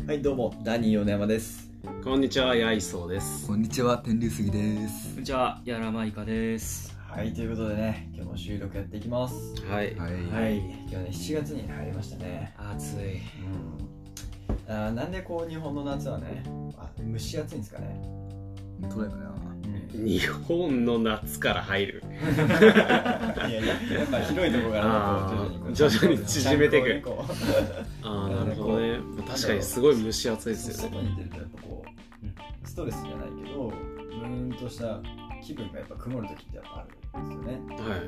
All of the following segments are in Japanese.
はい、どうもダニー米山です。 こんにちは、やいそうです。 こんにちは、天竜杉です。 こんにちは、やらまいかです。 はい、ということでね、今日も収録やっていきます。 はい。 はい、今日ね、7月に入りましたね。 暑い。 なんでこう日本の夏はね、蒸し暑いんですかね。 本当だよな。 日本の夏から入る。 いや、やっぱ広いところから徐々に縮めていく。 なるほどね。確かにすごい蒸し暑いですよね。 外に出るとやっぱこう、ストレスじゃないけど、ムーンとした気分がやっぱ曇る時ってやっぱあるんですよね。 はい。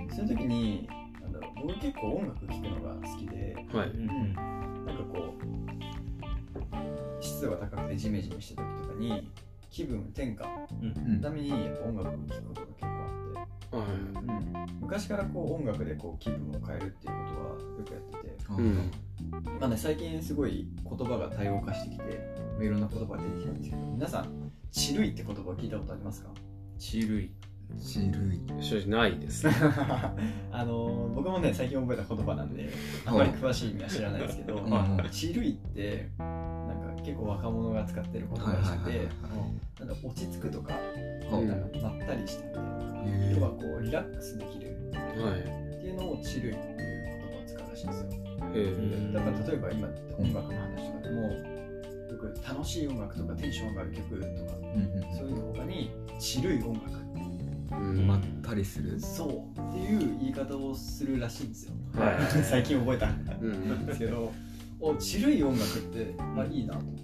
そういう時に、僕結構音楽聴くのが好きで、 はい。 なんかこう湿度が高くてジメジメした時とかに気分転換のためにやっぱ音楽を聴くことが結構あって、昔からこう音楽でこう気分を変えるっていうことはよくやってて、まあね、最近すごい言葉が多様化してきていろんな言葉が出てきたんですけど、皆さんチルイって言葉を聞いたことありますか？ チルイ。 チルイ。 正直ないですね。 僕もね最近覚えた言葉なんであまり詳しい意味は知らないですけど、チルイってなんか結構若者が使ってる言葉らしくて、なんか落ち着くとか、なんかまったりしたみたいな、要はこうリラックスできるっていうのをチルイっていう言葉を使うらしいんですよ。だから例えば今音楽の話とかでもよく楽しい音楽とかテンション上がる曲とか、そういうの他にチルい音楽、 まったりする、 そうっていう言い方をするらしいんですよ。最近覚えたんですけど、チルい音楽っていいなと思って、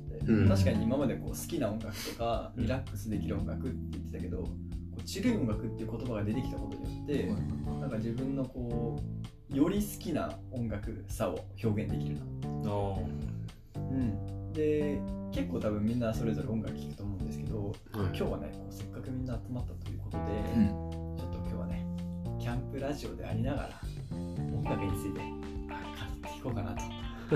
確かに今までこう好きな音楽とかリラックスできる音楽って言ってたけど、こうチルい音楽っていう言葉が出てきたことによって、なんか自分のこうより好きな音楽さを表現できるな。で結構多分みんなそれぞれ音楽聴くと思うんですけど、今日はねこうせっかくみんな集まったということで、ちょっと今日はねキャンプラジオでありながら音楽について語っていこうかなと。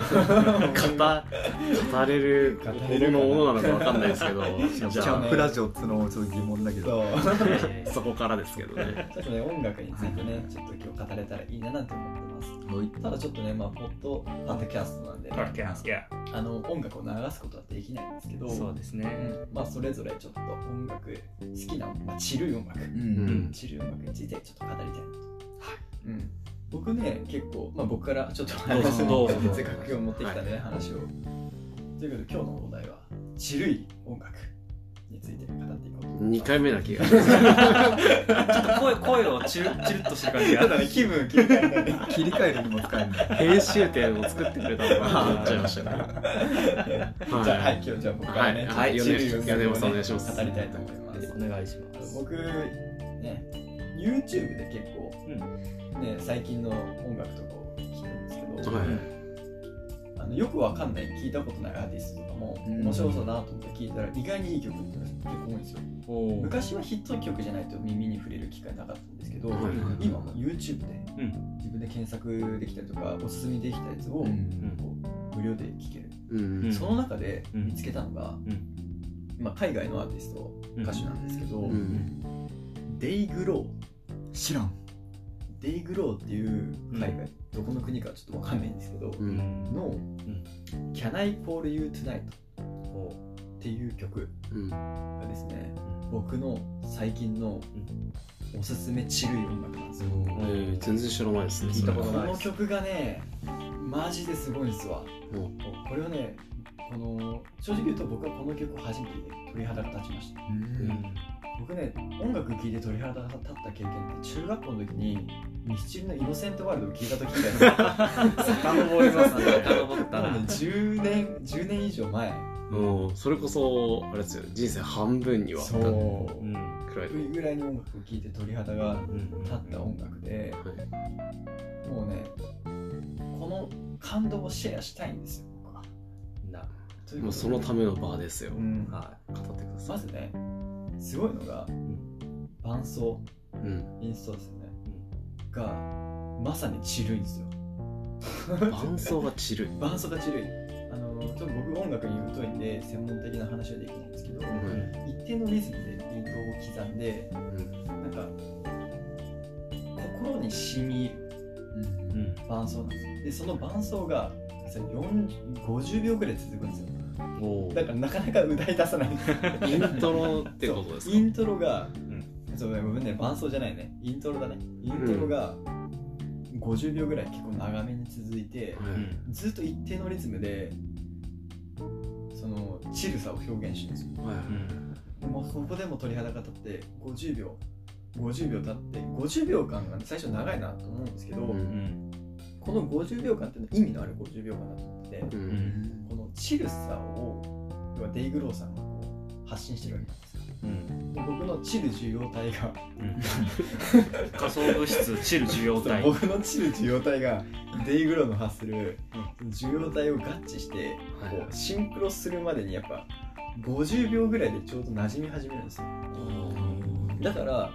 語れるほどのものなのか分かんないですけど、 キャンプラジオってのもちょっと疑問だけど、 そこからですけどね。 ちょっとね音楽についてねちょっと今日語れたらいいななんて思ってます。ただちょっとねポッドキャストなんで、音楽を流すことはできないんですけど、 そうですね。 それぞれちょっと音楽好きな、チルい音楽、チルい音楽についてちょっと語りたいなと。僕ね結構僕からちょっと話すのせっかく今日持ってきたね話を。ということで今日のお題はチルい音楽について語っていこうと。 2回目な気がする。 ちょっと声をチルッとしてる感じが。 ただね気分切り替えない切り替えるにも使えるんだ。 編集点を作ってくれたのかなと思っちゃいましたね。 じゃあ今日僕からねチルい音楽をお願いします。 語りたいと思います。 お願いします。 僕ね YouTube で結構最近の音楽とかを聴くんですけど、よくわかんない聞いたことないアーティストとかも面白そうだなと思って聞いたら意外にいい曲って結構多いんですよ。昔はヒット曲じゃないと耳に触れる機会なかったんですけど、今も YouTube で自分で検索できたりとかおすすめできたやつを無料で聴ける。その中で見つけたのが海外のアーティスト歌手なんですけど、デイグロー、 知らん。 デイグローっていう海外、どこの国かちょっとわかんないんですけど、の Can I Call You Tonight っていう曲がですね、僕の最近のおすすめチルい音楽なんですよ。 全然知らないですね。 聞いたことない。この曲がねマジですごいんですわ。これをね正直言うと僕はこの曲を初めて鳥肌が立ちました。僕ね音楽聴いて鳥肌が立った経験って中学校の時にミスチルのイノセントワールドを聴いた時みたいな遡りますね。 遡ったな。 10年以上前。 それこそあれですよ、人生半分にはくらいに音楽を聴いて鳥肌が立った音楽で、もうねこの感動をシェアしたいんですよ僕は。 もうそのための場ですよ。語ってください。 まずねすごいのが伴奏、インストですよね、がまさにチルいんですよ。 伴奏がチルい。 伴奏がチルい。ちょっと僕音楽に疎いんで専門的な話はできないんですけど、一定のリズムでビートを刻んで、なんか心に染み入る伴奏なんですよ。でその伴奏がつ50秒ぐらい続くんですよ。だからなかなか歌い出さないんですよ。 イントロってことですか？ イントロが、そうごめんね、伴奏じゃないね、イントロだね。イントロが50秒ぐらい結構長めに続いて、ずっと一定のリズムでそのチルさを表現してるんですよ。もうそこでも鳥肌が立って50秒経って50秒間が最初長いなと思うんですけど、この50秒間っていうのは意味のある50秒間だと思ってて、このチルさを要はデイグローさんがこう発信してるわけなんですよ。僕のチル受容体が仮想物質チル受容体僕のチル受容体がデイグローの発する受容体を合致してこうシンクロするまでにやっぱ50秒ぐらいでちょうど馴染み始めるんですよ。だから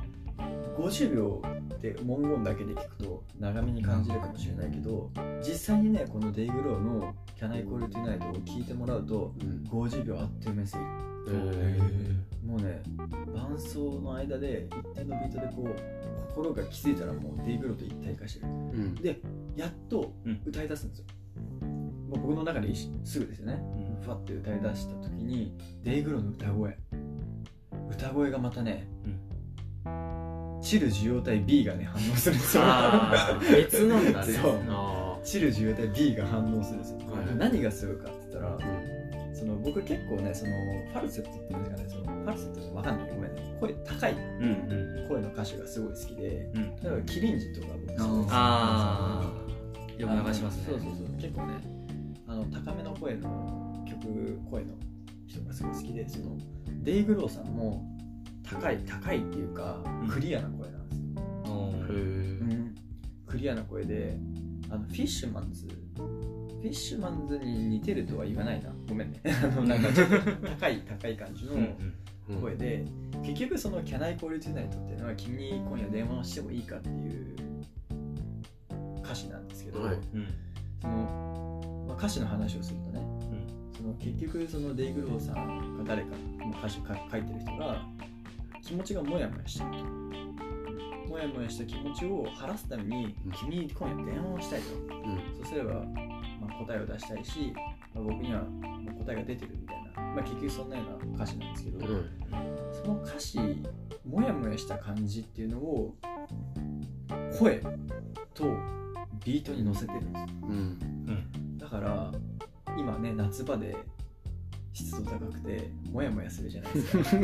50秒って文言だけで聞くと長めに感じるかもしれないけど、実際にねこのデイグローの「Can I Call You Tonight」を聞いてもらうと50秒あっという間に過ぎる。もうね伴奏の間で一定のビートでこう心が気づいたらもうデイグローと一体化してる、でやっと歌い出すんですよ。もう僕の中ですぐですよね、ファッて歌い出した時にデイグローの歌声がまたね、チル受容体 B がね反応するんですよ。 別なんだね。 そうチル受容体 B が反応するんですよ。何がすごいかって言ったら、その僕結構ねそのファルセットっていうんですかね、そのファルセットって分かんないけどごめんね、声高い声の歌手がすごい好きで、例えばキリンジとか僕すごい好きで、 よく流しますね。 そう結構ね高めの声の人がすごい好きで、そのデイグローさんも高いっていうかクリアな声なんですよ。クリアな声でフィッシュマンズに似てるとは言わないな、ごめんね。なんかちょっと高い感じの声で、結局その Can I Call You Tonight っていうのは君に今夜電話をしてもいいかっていう歌詞なんですけど、その歌詞の話をするとね、その結局そのデイグローさんが誰か歌詞を書いてる人が気持ちがモヤモヤしてると、モヤモヤした気持ちを晴らすために君に今夜電話をしたいと、そうすれば答えを出したいし、僕にはもう答えが出てるみたいな、結局そんなような歌詞なんですけど、その歌詞モヤモヤした感じっていうのを声とビートに乗せてるんですよ、だから今ね夏場で湿度高くてモヤモヤするじゃないですか。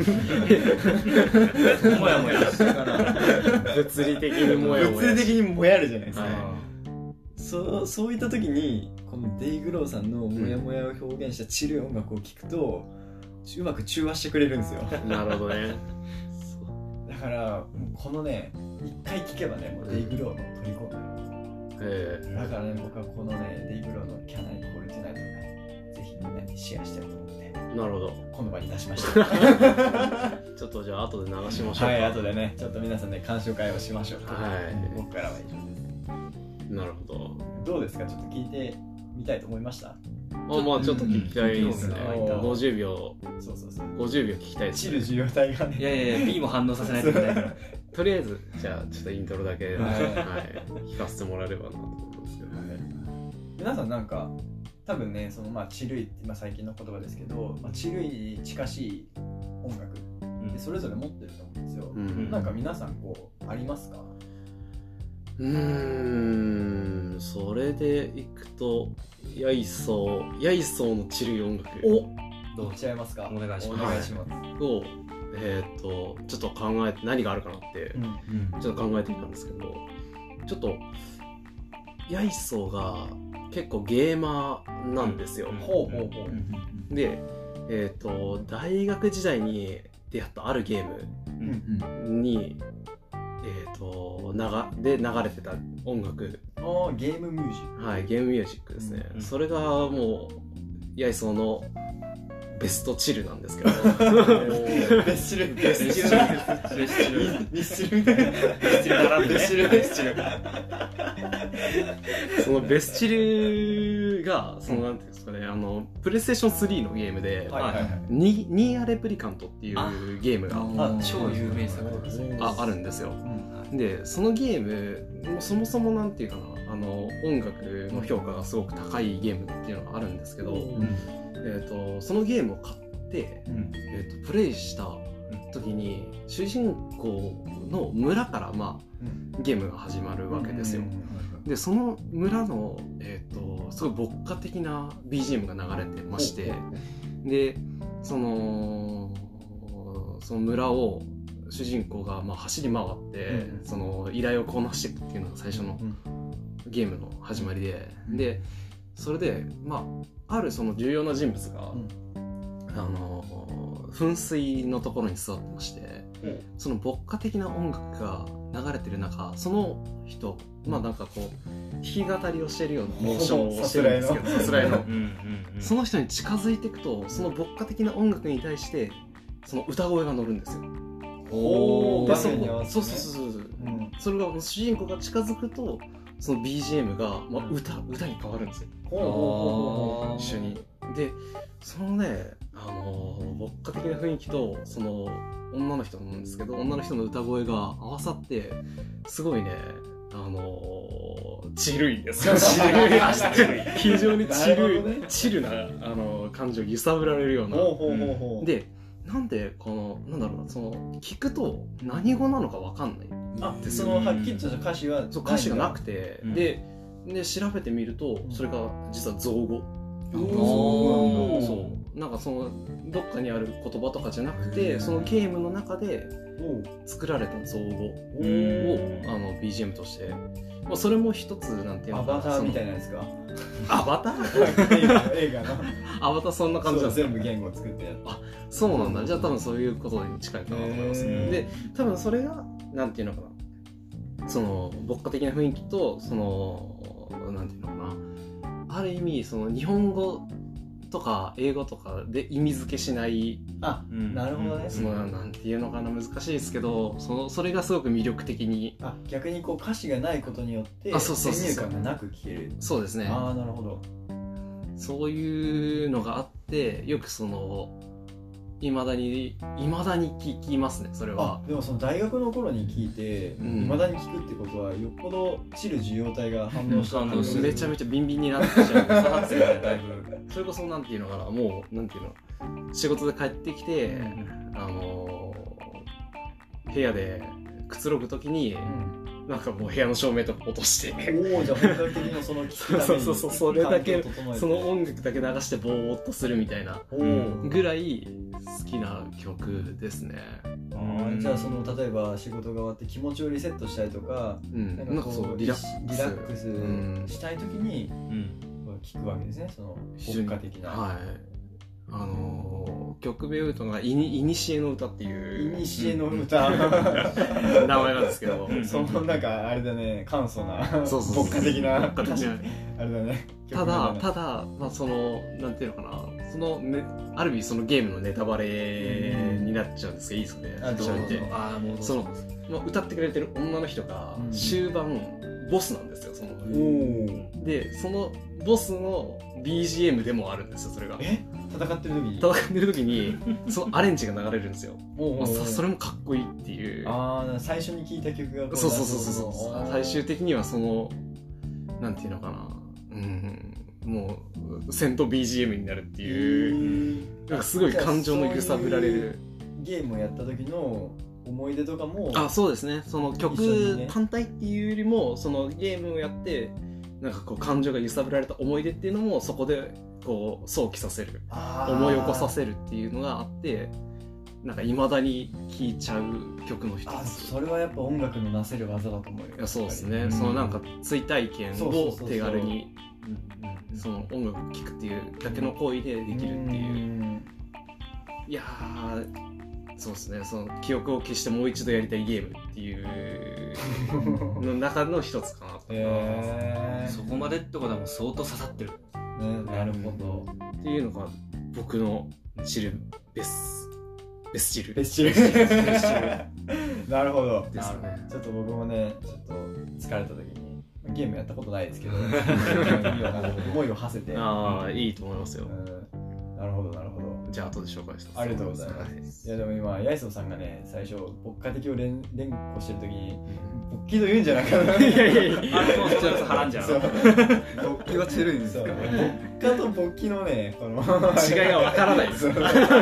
モヤモヤしてから物理的にモヤるじゃないですか、そういった時にこのデイグローさんのモヤモヤを表現したチル音楽を聴くとうまく中和してくれるんですよ。 なるほどね。 だからこのね一回聴けばねもうデイグローの虜になる、だからね僕はこのねデイグローの Can I Call You Tonight をねぜひみんなにシェアしたいと思って、 なるほど、 この場に出しました。 ちょっとじゃあ後で流しましょうか。 後でねちょっと皆さんで鑑賞会をしましょう。僕からは以上です。 なるほど。 どうですか、ちょっと聞いてみたいと思いました？ ちょっと聞きたいですね。50秒聞きたいですね。 チル受容体がね。 いや B も反応させないといけないから。 とりあえずじゃあちょっとイントロだけ聞かせてもらえればなと思うんですけど、 皆さんなんか多分ねそのチルイって最近の言葉ですけど、チルイに近しい音楽でそれぞれ持ってると思うんですよ。なんか皆さんこうありますか？ それでいくとヤイソーのチル音楽どうちゃいますか？ お願いします。 をちょっと考えて何があるかなってちょっと考えてみたんですけど、ちょっとヤイソーが結構ゲーマーなんですよ。で大学時代に出会ったあるゲームにで流れてた音楽、 ゲームミュージック、 はい、ゲームミュージックですね、それがもうヤイソーのベストチルなんですけどベスチルみたいなそのベスチルがそのなんていうんですかね、プレイステーション3のゲームでニーアレプリカントっていうゲームが超有名作あるんですよ。 でそのゲームもそもそもなんていうかな音楽の評価がすごく高いゲームっていうのがあるんですけど、そのゲームを買って、プレイした時に主人公の村から、ゲームが始まるわけですよ。でその村の、すごい牧歌的な BGM が流れてまして、でその村を主人公が走り回って、その依頼をこなしていくっていうのが最初のゲームの始まりで、でそれであるその重要な人物が、噴水のところに座ってまして、その牧歌的な音楽が流れてる中、その人なんかこう弾き語りをしてるようなモーションをしてるんですけど、さすらいのその人に近づいていくと、その牧歌的な音楽に対してその歌声が乗るんですよ。でそれが主人公が近づくとその BGM が、歌に変わるんですよ。一緒に。でそのね牧歌的な雰囲気とその女の人なんですけど、女の人の歌声が合わさってすごいねチルいんですよ。非常にチルな感じを揺さぶられるような。でなんでなんだろうな、その聞くと何語なのか分かんないですよ。 そのはっきりとした歌詞は歌詞がなくて、で調べてみるとそれが実は造語。そうなんかそのどっかにある言葉とかじゃなくて、そのゲームの中で作られた造語をBGM として、それも一つなんていうのかな、 アバターみたいなやつか。 アバター映画のアバターそんな感じなんですか。 全部言語を作ってやる。 そうなんだ。じゃあ多分そういうことに近いかなと思います。で多分それがなんていうのかな、その牧歌的な雰囲気とそのなんていうのかな、ある意味その日本語とか英語とかで意味付けしない、 なるほどね。 そのなんていうのかな、難しいですけど、それがすごく魅力的に、 逆にこう歌詞がないことによって先入観がなく聴ける。 そうですね。 なるほど。 そういうのがあって、よくそのいまだに聞きますね、それは。 でもその大学の頃に聞いていまだに聞くってことは、よっぽどチル受容体が反応したんだ。 めちゃめちゃビンビンになってきちゃう。下がってるね、だいぶ。それこそなんていうのかな、もうなんていうの、仕事で帰ってきて、部屋でくつろぐときに、なんかもう部屋の照明とか落として、 じゃあ本格的にその聞くためにそれだけその音楽だけ流してぼーっとするみたいなぐらい好きな曲ですね。 じゃあその例えば仕事が終わって気持ちをリセットしたいとか、なんかこうリラックスしたいときに聞くわけですね、その国家的な。 曲名を言うといにしえの歌っていういにしえの歌名前なんですけど、 そのなんかあれだね、簡素な牧歌的なあれだね。 ただそのなんていうのかな、そのある意味そのゲームのネタバレになっちゃうんですけど、いいですね。その歌ってくれてる女の人が終盤ボスなんですよ。でそのボスの BGM でもあるんですよ、それが。戦ってる時にそのアレンジが流れるんですよ。それもかっこいいっていう。 最初に聴いた曲がそう最終的にはそのなんていうのかな、もう戦闘 BGM になるっていう、なんかすごい感情の揺さぶられる。 ゲームをやった時の思い出とかも。 そうですね。その曲単体っていうよりも、そのゲームをやってなんかこう感情が揺さぶられた思い出っていうのもそこでこう想起させる、思い起こさせるっていうのがあって、なんか未だに聴いちゃう曲の一つ。 それはやっぱ音楽のなせる技だと思うよ。 そうですね。そのなんか追体験を手軽にその音楽を聴くっていうだけの行為でできるっていう。いやー、そうですね。その記憶を消してもう一度やりたいゲームっていうの中の一つかなと。 そこまでってことはもう相当刺さってる。 なるほど。 っていうのが僕のチルベスチル。 なるほど。 ですね。 ちょっと僕もね、ちょっと疲れた時にゲームやったことないですけど、思いを馳せて。 いいと思いますよ。 なるほどなるほど。 じゃあ後で紹介します。 ありがとうございます。いやでも今ヤイソーさんがね、最初牧歌的を連呼してる時に勃起と言うんじゃなかった。 いやいやいや、 あれもうそれこそはらんじゃん。 勃起はチェルいんですか。 勃起と勃起のね、この違いがわからないです。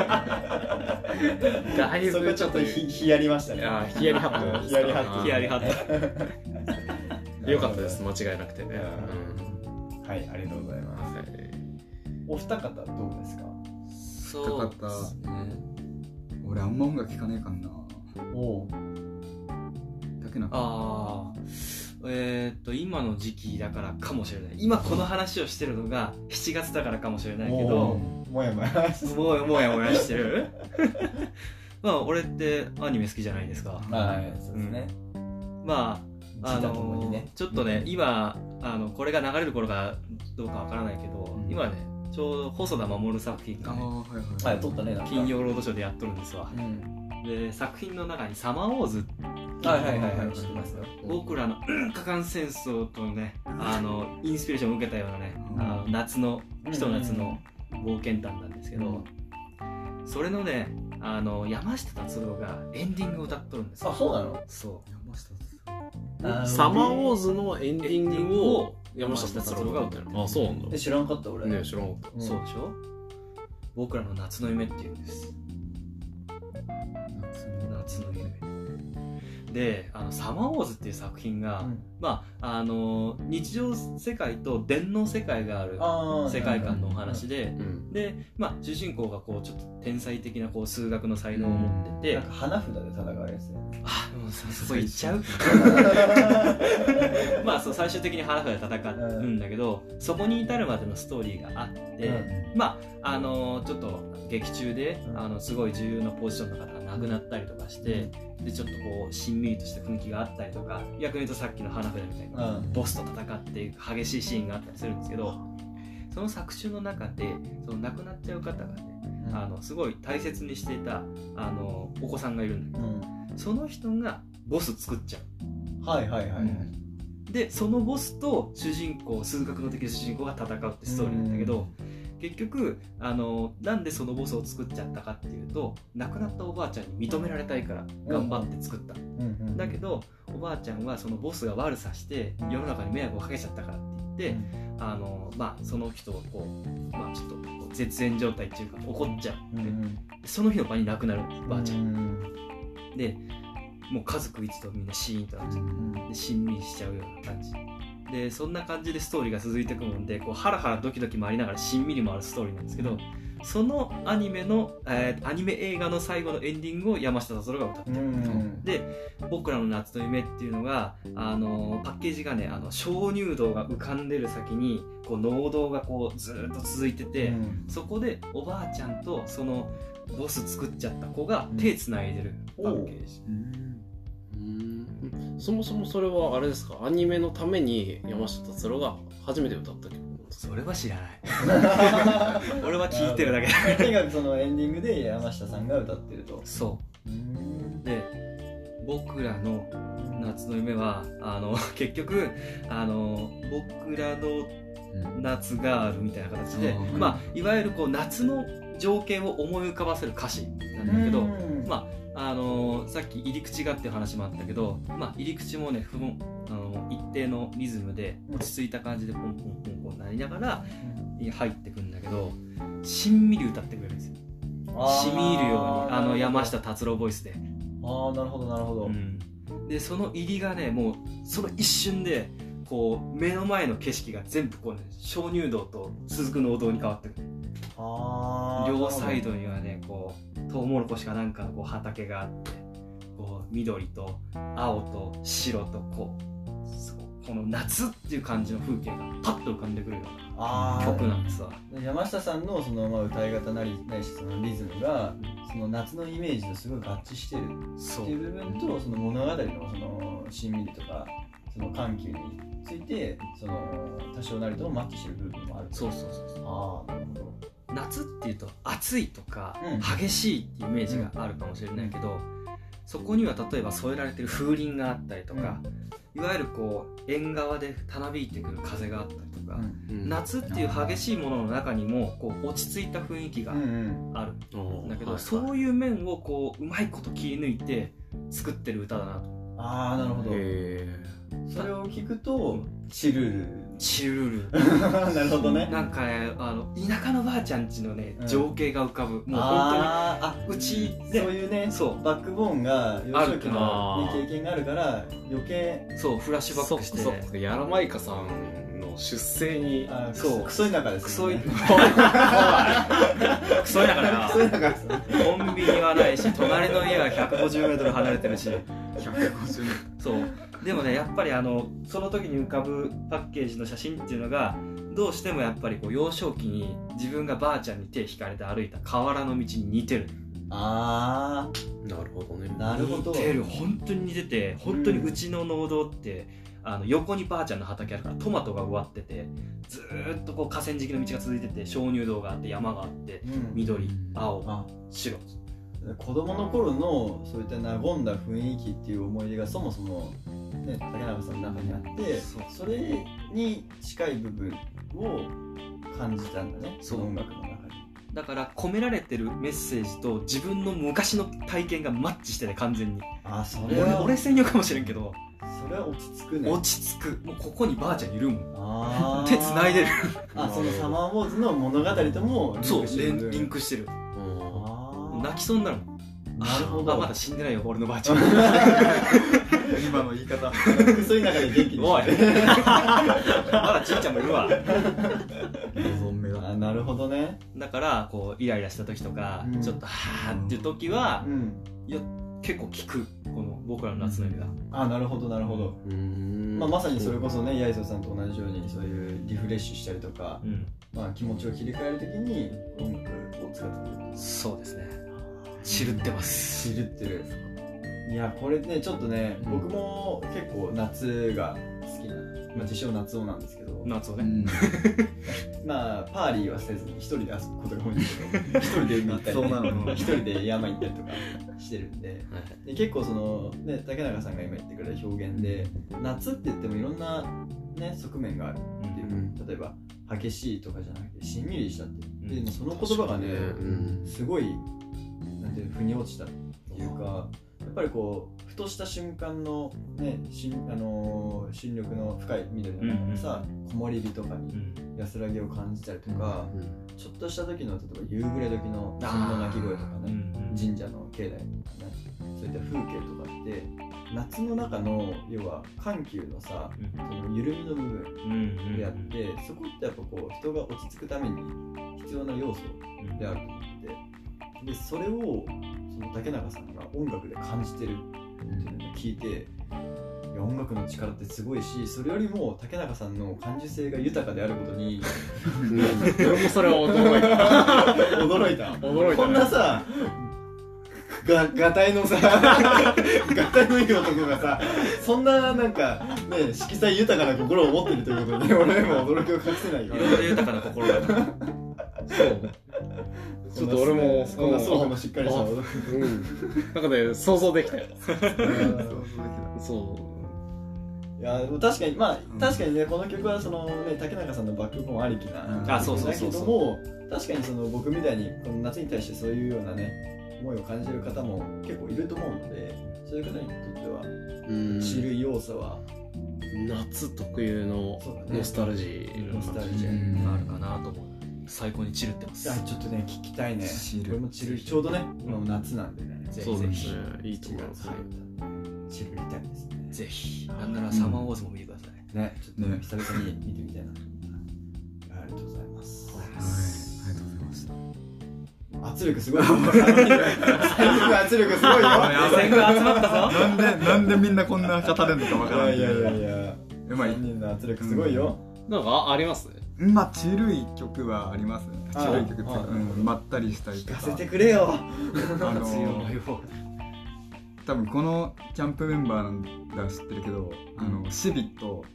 だいそこぶちょっとヒヤりましたね。 あヒヤリハットですか。 ヒヤリハット。よかったです、間違いなくてね。 はい、ありがとうございます。お二方どうですか。 そうですね。 俺あんま音楽聴かねえかんな。 おだけな。 ああ、今の時期だからかもしれない。今この話をしてるのが7月だからかもしれないけど、 もやもやしてる。まあ俺ってアニメ好きじゃないですか。 はい、そうですね。 まあちょっとね、今これが流れる頃かどうかわからないけど、今ねちょうど細田守作品がね、 撮ったね、 金曜ロードショーでやっとるんですわ。で作品の中にサマーウォーズ知ってますよ。僕らの果敢戦争とねインスピレーションを受けたようなね夏の冒険譚なんですけど、それのね山下達郎がエンディングを歌っとるんですよ。 あ、そうなの。 そう、 サマーウォーズのエンディングを山下達郎が歌う。あ、そうなんだ。 知らんかった俺。 ね、知らんかった。 そうでしょ。僕らの夏の夢っていうんです。夏の夢で、サマーウォーズっていう作品が、日常世界と電脳世界がある世界観のお話で、主人公がこうちょっと天才的なこう数学の才能を持ってて、 なんか花札で戦うやつね。 あ、もうそこ行っちゃう。そう最終的に花札で戦うんだけど、そこに至るまでのストーリーがあって、ちょっと劇中ですごい重要なポジションの方が亡くなったりとかして、でちょっとこうしんみりとした雰囲気があったりとか、逆に言うとさっきの花札みたいな、ボスと戦っていく激しいシーンがあったりするんですけど、その作中の中でその亡くなっちゃう方がね、すごい大切にしていたお子さんがいるんだけど、その人がボス作っちゃう。でそのボスと主人公、数学の的な主人公が戦うってストーリーなんだけど、結局なんでそのボスを作っちゃったかっていうと、亡くなったおばあちゃんに認められたいから頑張って作った。だけどおばあちゃんはそのボスが悪さして世の中に迷惑をかけちゃったからって言って、その人をこう、ちょっと絶縁状態っていうか怒っちゃう。その日の場に亡くなるおばあちゃんで、もう家族一同みんなシーンとなっちゃう。でしんみりしちゃうような感じで、そんな感じでストーリーが続いていくもんで、こうハラハラドキドキもありながらしんみりもあるストーリーなんですけど、そのアニメ映画の最後のエンディングを山下達郎が歌ってる。で僕らの夏の夢っていうのがパッケージがね、鍾乳洞が浮かんでる先にこう農道がこうずっと続いてて、そこでおばあちゃんとそのボス作っちゃった子が手つないでるパッケージ。 そもそもそれはあれですか、アニメのために山下達郎が初めて歌った曲なんですか。 それは知らない。俺は聞いてるだけだ。 とにかくそのエンディングで山下さんが歌ってると。 そうで、僕らの夏の夢は結局僕らの夏ガールみたいな形で、いわゆるこう夏の情景を思い浮かばせる歌詞なんだけど、さっき入り口がっていう話もあったけど、入り口もね一定のリズムで落ち着いた感じでポンポンポンポンなりながら入ってくんだけど、しんみり歌ってくれるんですよ。しみ入るように山下達郎ボイスで。 なるほどなるほど。 でその入りがね、もうその一瞬でこう目の前の景色が全部こうね、鍾乳洞と雫のお堂に変わってくる。両サイドにはね、こうトウモロコシかなんかのこう畑があって、こう緑と青と白とこの夏っていう感じの風景がパッと浮かんでくるような曲なんですわ。 山下さんのその歌い方なりしそのリズムがその夏のイメージとすごい合致してるっていう部分と、その物語のそのしんみりとかその緩急についてその多少なりともマッチしてる部分もある。 そう。 なるほど。 夏っていうと暑いとか激しいっていうイメージがあるかもしれないけど、そこには例えば添えられてる風鈴があったりとか、いわゆるこう縁側でたなびいてくる風があったりとか、夏っていう激しいものの中にもこう落ち着いた雰囲気があるんだけど、そういう面をこううまいこと切り抜いて作ってる歌だなと。 ああなるほど。それを聞くとチルルなるほどね。 なんかね田舎のばあちゃんちのね情景が浮かぶ。もう本当にうちでそういうねバックボーンが幼少期の経験があるから余計そうフラッシュバックして。 ヤラマイカさんの出生にそうクソ田舎ですよね。 クソ田舎だな。コンビニはないし隣の家は150メートル離れてるし。そうでもねやっぱりその時に浮かぶパッケージの写真っていうのがどうしてもやっぱりこう幼少期に自分がばあちゃんに手引かれて歩いた河原の道に似てる。 なるほどね。 なるほど。 似てる。本当に似てて、本当にうちの農道って横にばあちゃんの畑あるからトマトが植わっててずーっとこう河川敷の道が続いてて鍾乳洞があって山があって、緑青白。 子供の頃のそういった和んだ雰囲気っていう思い出がそもそも、ね、竹中さんの中にあってそれに近い部分を感じたんだね。その音楽の中にだから込められてるメッセージと自分の昔の体験がマッチしてて完全に。 それは俺専用かもしれんけどそれは落ち着くね。 落ち着く。もうここにばあちゃんいるもん。手繋いでる。 そのサマーウォーズの物語ともリンクしてる。泣きそうになるもん。 なるほど。 まだ死んでないよ俺のばあちゃん。 今の言い方そういう中で元気においまだちいちゃんもいるわ。 なるほどね。 だからこうイライラした時とか、ちょっとはーっていう時は、いや結構効くこの僕らの夏の夜が。 なるほどなるほど。まさにそれこそねヤイソさんと同じようにそういうリフレッシュしたりとか、気持ちを切り替える時に音楽を使ってくる。 そうですね。チルってます。 チルってる。いやこれねちょっとね、僕も結構夏が好きな、自称夏男なんですけど。 夏男ね。 パーリーはせずに一人で遊ぶことが多いんですけど、一人で海行ったり、一人で山行ったりとかしてるんで、結構そのね竹中さんが今言ってくれた表現で、夏って言ってもいろんなね側面があるっていう、例えば激しいとかじゃなくてしんみりしたって、でもその言葉がね、すごいなんて腑に落ちたっていうか。やっぱりこうふとした瞬間のね新緑の深い緑の中でさ、木漏れ日とかに安らぎを感じたりとか、ちょっとした時の例えば夕暮れ時の鳥の鳴き声とかね、神社の境内とかね、そういった風景とかって夏の中の要は緩急のさ、その緩みの部分であって、そこってやっぱこう人が落ち着くために必要な要素であると思って、でそれをその竹中さんが音楽で感じてるっていうのを聞いて、いや音楽の力ってすごいし、それよりも竹中さんの感受性が豊かであることに俺もそれは驚いたこんなさがたいのさがたいのいい男がさ、そんななんかね色彩豊かな心を持ってるということに俺も驚きを隠せないよ。 いろいろ豊かな心だから。 そうちょっと俺もこんな層もしっかりしたなんかね想像できたよ。そういや確かに確かにねこの曲はそのね竹中さんのバックボーンありきなそうだけども、確かにその僕みたいにこの夏に対してそういうようなね思いを感じる方も結構いると思うので、そういう方にとっては知る要素は夏特有のノスタルジーがあるかなと思う。最高にチルってます。 ちょっとね聞きたいね。これもチル、ちょうどね今も夏なんでね、 そうですね、いいと思います。 チルりたいですね。 ぜひ。なんならサマーウォーズも見てくださいね。ちょっと久々に見てみたいな。ありがとうございます。 ありがとうございました。 圧力すごい。圧力すごいよ。 全部集まったぞ。 なんでみんなこんな語れるのかわからない。 いや3人の圧力すごいよ。 なんかあります？ チルい曲はありますね。チルい曲ってまったりしたりとか。 聞かせてくれよ。 多分このキャンプメンバーが知ってるけど、シビット、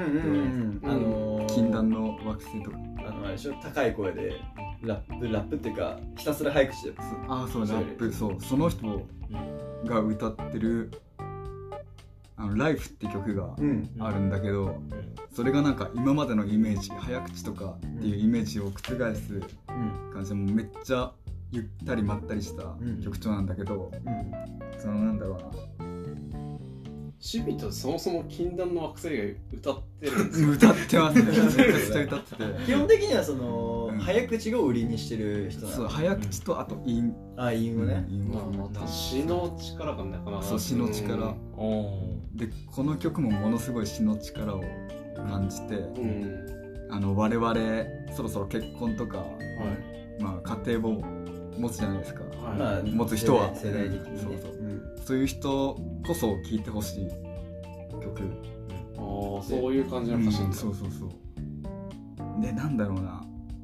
禁断の惑星とか、 あれでしょ、高い声でラップっていうかひたすら早口で。 そうラップ、そうその人が歌ってるライフって曲があるんだけど、それがなんか今までのイメージ、早口とかっていうイメージを覆す感じで、もうめっちゃゆったりまったりした曲調なんだけど、そのなんだろうな、 チビとそもそも禁断の惑星が歌ってるんですよ。 歌ってますね。めちゃくちゃ歌ってて。 基本的にはその早口を売りにしてる人なの。 そう、早口とあと韻。 韻をね。 詩の力がね、 そう、詩の力。で、この曲もものすごい詩の力を感じて、我々そろそろ結婚とか、まあ家庭を持つじゃないですか。持つ人は世代的にね。 そういう人こそ聴いてほしい曲。 そういう感じの歌詞なんだ。 そうそうそう。で、なんだろうな、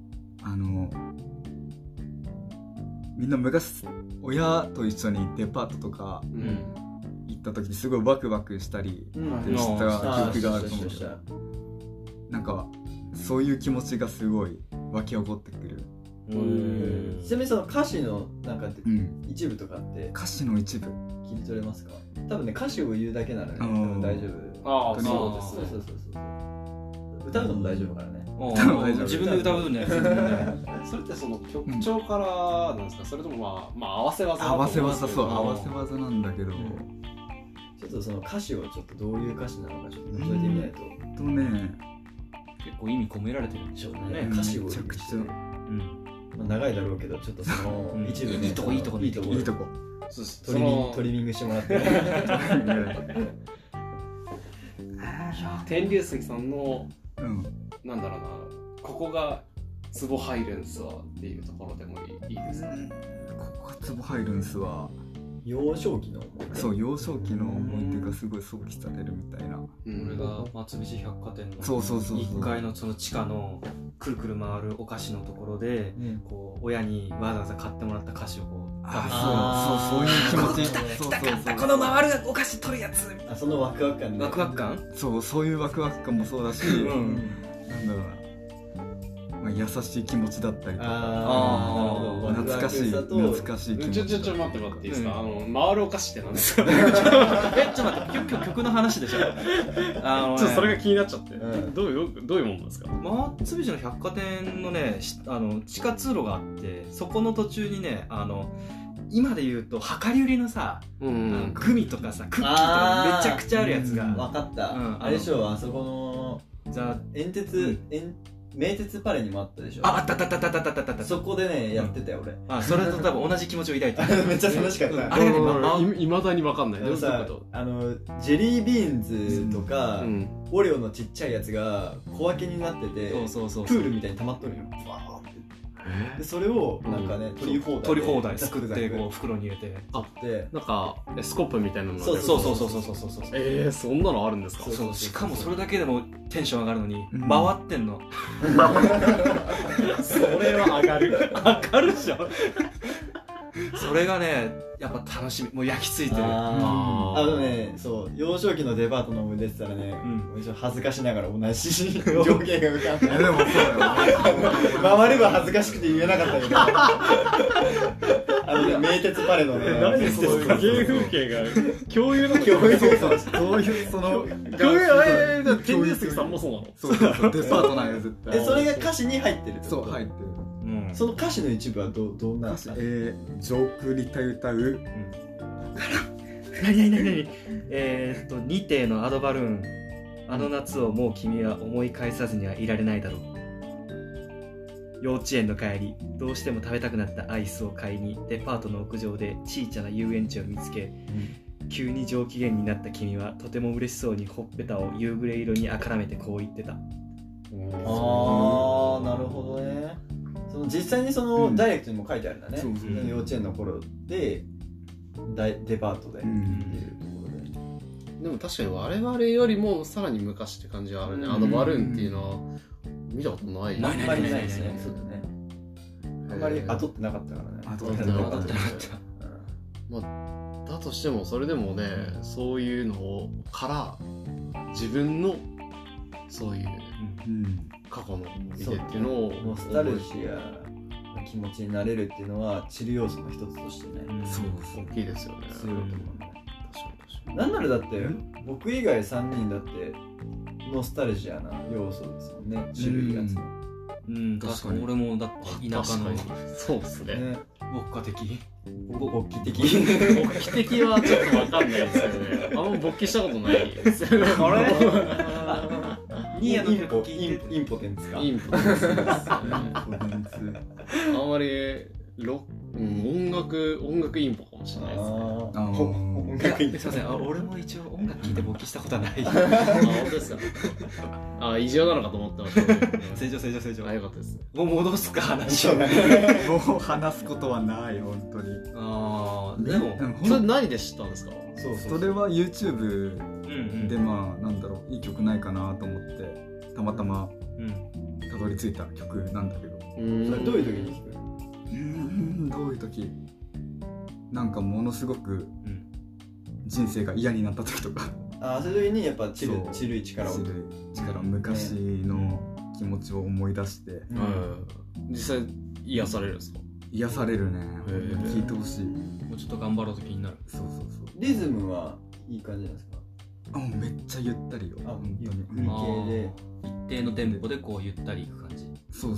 みんな昔親と一緒にデパートとか行った時にすごいワクワクしたりした曲があると思うけど、なんかそういう気持ちがすごい湧き起こってくる。 ちなみにその歌詞のなんか一部とかって歌詞の一部切り取れますか？多分ね、歌詞を言うだけならね、多分大丈夫。そうです。そう歌うのも大丈夫からね。 自分で歌う分には全然それってその曲調からなんですか？それともまあ合わせ技？ 合わせ技、そう、合わせ技なんだけど、 ちょっとその歌詞をちょっとどういう歌詞なのかちょっと覗いてみないと。 結構意味込められてるんでしょうね。 歌詞をめちゃくちゃ長いだろうけど、ちょっとその一部ね、いいとこトリミングしてもらって天竜石さんのなんだろうな、ここがツボ入るんすわっていうところでもいいですか？ここがツボ入るんすわ。 幼少期のそう幼少期の思い出がすごい想起されるみたいな。 これが松菱百貨店の 1 階のその地下のくるくる回るお菓子のところで、こう親にわざわざ買ってもらった菓子をこうそういう気持ち。 来たこの回るお菓子取るやつ。 そのワクワク感ね。 ワクワク感？ そういうワクワク感もそうだし、なんだろうな、優しい気持ちだったりとか、懐かしい気持ち。 ちょ待っていいですか？回るお菓子って何ですか？ ちょっと待って、曲の話でしょ。ちょっとそれが気になっちゃって、どういうものなんですか？ 松菱の百貨店のね、地下通路があって、そこの途中にね、今で言うと量り売りのさ、グミとかさ、クッキーとかめちゃくちゃあるやつが。 分かった。あれでしょ、あそこの名鉄パレにもあったでしょ。 あった。 そこでね、やってたよ俺。 それと多分同じ気持ちを抱いてめっちゃ楽しかった。 あれがね、いまだに分かんない。どういうこと？ ジェリービーンズとかオレオのちっちゃいやつが小分けになってて、プールみたいに溜まっとるよ。でそれをなんかね、取り放題作ってこう袋に入れて、 なんかスコップみたいなのが、 そうそんなのあるんですか？ しかもそれだけでもテンション上がるのに回ってんの。 それは上がるでしょ。 それがね、やっぱ楽しみ、もう焼き付いてる。 ね、そう幼少期のデパートの思い出って言ったらね、恥ずかしながら同じ情景が浮かんで。 でもそう回れば恥ずかしくて言えなかったけど、名鉄パレのね、 何その原風景が共有のそういうその天竜石さんもそうなの？ そうデパートなんや絶対。 それが歌詞に入ってる。 そう入ってる。 その歌詞の一部はどんな？ 上空に歌う。 何2艇のアドバルーン、あの夏をもう君は思い返さずにはいられないだろう。幼稚園の帰り、どうしても食べたくなったアイスを買いにデパートの屋上で小さな遊園地を見つけ、急に上機嫌になった君はとても嬉しそうにほっぺたを夕暮れ色にあからめてこう言ってた。 なるほどね。実際にそのダイレクトにも書いてあるんだね。幼稚園の頃でデパートでっていうところで。 でも確かに我々よりもさらに昔って感じはあるね。バルーンっていうのは見たことない。 あんまりないですね。そうだね。あんまり後ってなかったからね。 後ってなかった。 だとしてもそれでもね、そういうのから自分のそういう過去の思い出っていうのをノスタルジアな気持ちになれるっていうのはチル要素の一つとしてね、 そう大きいですよね。 強いと思うね。確かに。なんならだって僕以外3人だってノスタルジアな要素ですもんね、種類やつの。 確かに俺もだって田舎のそうですね。 ウォッカ的勃起的勃起的はちょっとわかんないですよね。あんま勃起したことないですよね。あれニーヤの曲インポテンツか。 インポテンツですね。あんまり音楽インポかもしれないですね。 音楽インポ。 すいません、俺も一応音楽聴いて勃起したことはない。 本当ですか。異常なのかと思ってました。 正常。 よかったです。 もう戻すか話を。 もう話すことはない本当に。 でもそれ何で知ったんですか。 それは YouTube でなんだろういい曲ないかなと思ってたまたまたどり着いた曲なんだけど。 それどういう時に聴く？ どういう時？なんかものすごく人生が嫌になった時とか。 そういう時にやっぱチルい力を。 昔の気持ちを思い出して。 実際癒されるんですか？ 癒されるね。聞いてほしい。 もうちょっと頑張ろうと気になる。 そうリズムはいい感じなんですか？ めっちゃゆったりよ。本当に。 風景で一定のテンポでこうゆったりいく感じ。 そう。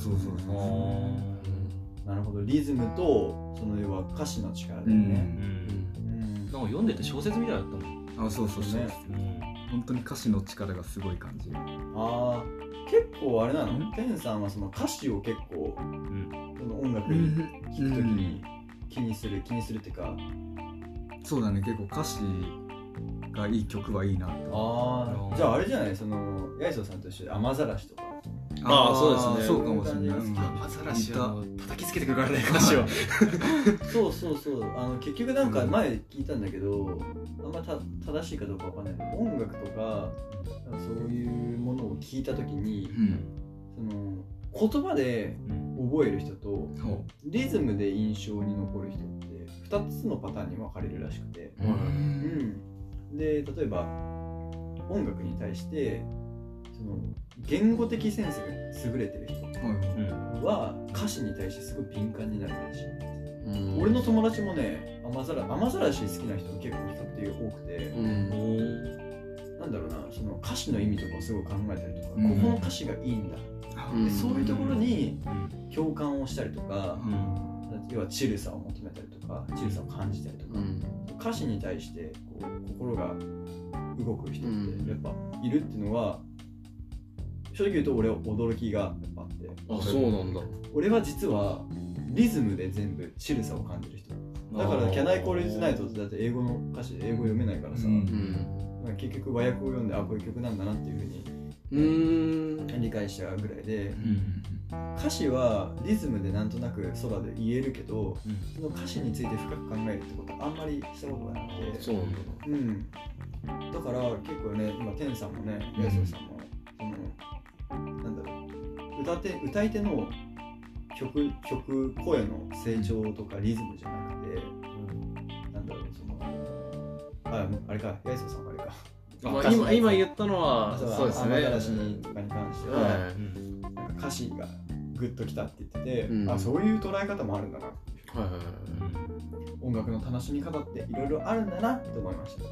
なるほど。リズムとその要は歌詞の力だよね。 なんか読んでて小説みたいだったもん。 そうね。本当に歌詞の力がすごい感じる。 結構あれなの？テンさんはその歌詞を結構その音楽に聴くときに気にするっていうか。 そうだね。結構歌詞がいい曲はいいなって。 じゃああれじゃない？そのヤイソーさんと一緒で雨ざらしとか。 そうですね。 そうかもしれない。 雨ざらしを叩きつけてくるからね歌詞を。 そう結局なんか前聞いたんだけど、あんま正しいかどうかわかんないけど、音楽とかそういうものを聞いたときに、その言葉で覚える人とリズムで印象に残る人って2つのパターンに分かれるらしくて、で例えば音楽に対してその言語的センスが優れてる人は歌詞に対してすごい敏感になるらしい。俺の友達もね、雨ざらし好きな人が結構比較的多くて、なんだろうな、その歌詞の意味とかをすごい考えたりとか、ここの歌詞がいいんだ、でそういうところに共感をしたりとか、要はチルさを求めたりとか、チルさを感じたりとか、歌詞に対してこう心が動く人ってやっぱいるっていうのは、正直言うと俺は驚きがやっぱあって。 そうなんだ。 俺は実はリズムで全部チルさを感じる人だから。Can I Call You Tonightってだって英語の歌詞で英語読めないからさ、結局和訳を読んでこういう曲なんだなっていう風に理解したぐらいで、歌詞はリズムでなんとなく空で言えるけど、その歌詞について深く考えるってことはあんまりしたことがなくて。 そうなんだ。 だから結構ね、今テンさんもね、ヤスさんもなんだろう、歌い手の曲声の成長とかリズムじゃなくて、なんだろう、そのあれか、ヤイソさんはあれか、 今言ったのはそうですね。 雨ざらしとかに関しては、なんか歌詞がグッときたって言ってて、そういう捉え方もあるんだな。音楽の楽しみ方っていろいろあるんだなと思いました。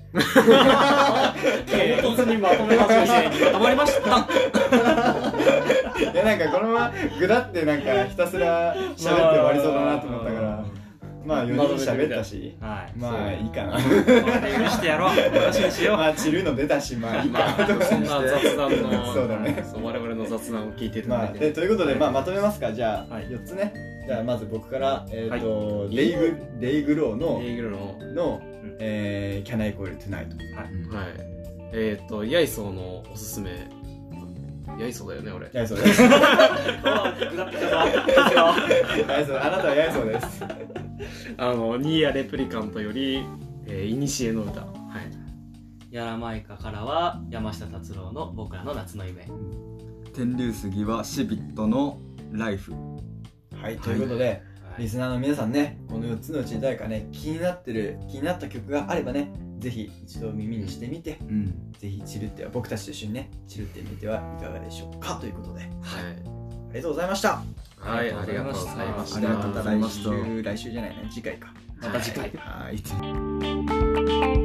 唐突にまとめ始めてまとまりました。 いやなんかこのままぐだってなんかひたすら喋って終わりそうだなと思ったから、まあ4人喋ったし、まあいいかな。 許してやろう。話にしよう。 まあチルの出たし、まあいいかなと。 そんな雑談のそうだね。 我々の雑談を聞いていただいて。 ということでまとめますか。じゃあ4つね。じゃあまず僕からレイグローの Can I Call You Tonight。 はい。ヤイソーのおすすめ。ヤイソーだよね、俺。 ヤイソーです。 ぐだってきたぞ。 あなたはヤイソーです。 ニーヤレプリカントよりいにしえの歌。 ヤラマイカからは山下達郎の僕らの夏の夢。 天竜杉はシビットのライフ。 はい、ということで、リスナーの皆さんね、この4つのうちに誰かね、気になった曲があればね、ぜひ一度耳にしてみて、ぜひ僕たちと一緒にね、チルってみてはいかがでしょうかということで、ありがとうございました。 はい、ありがとうございました。 ありがとうございました。 来週じゃないね、次回か。 また次回。 はい。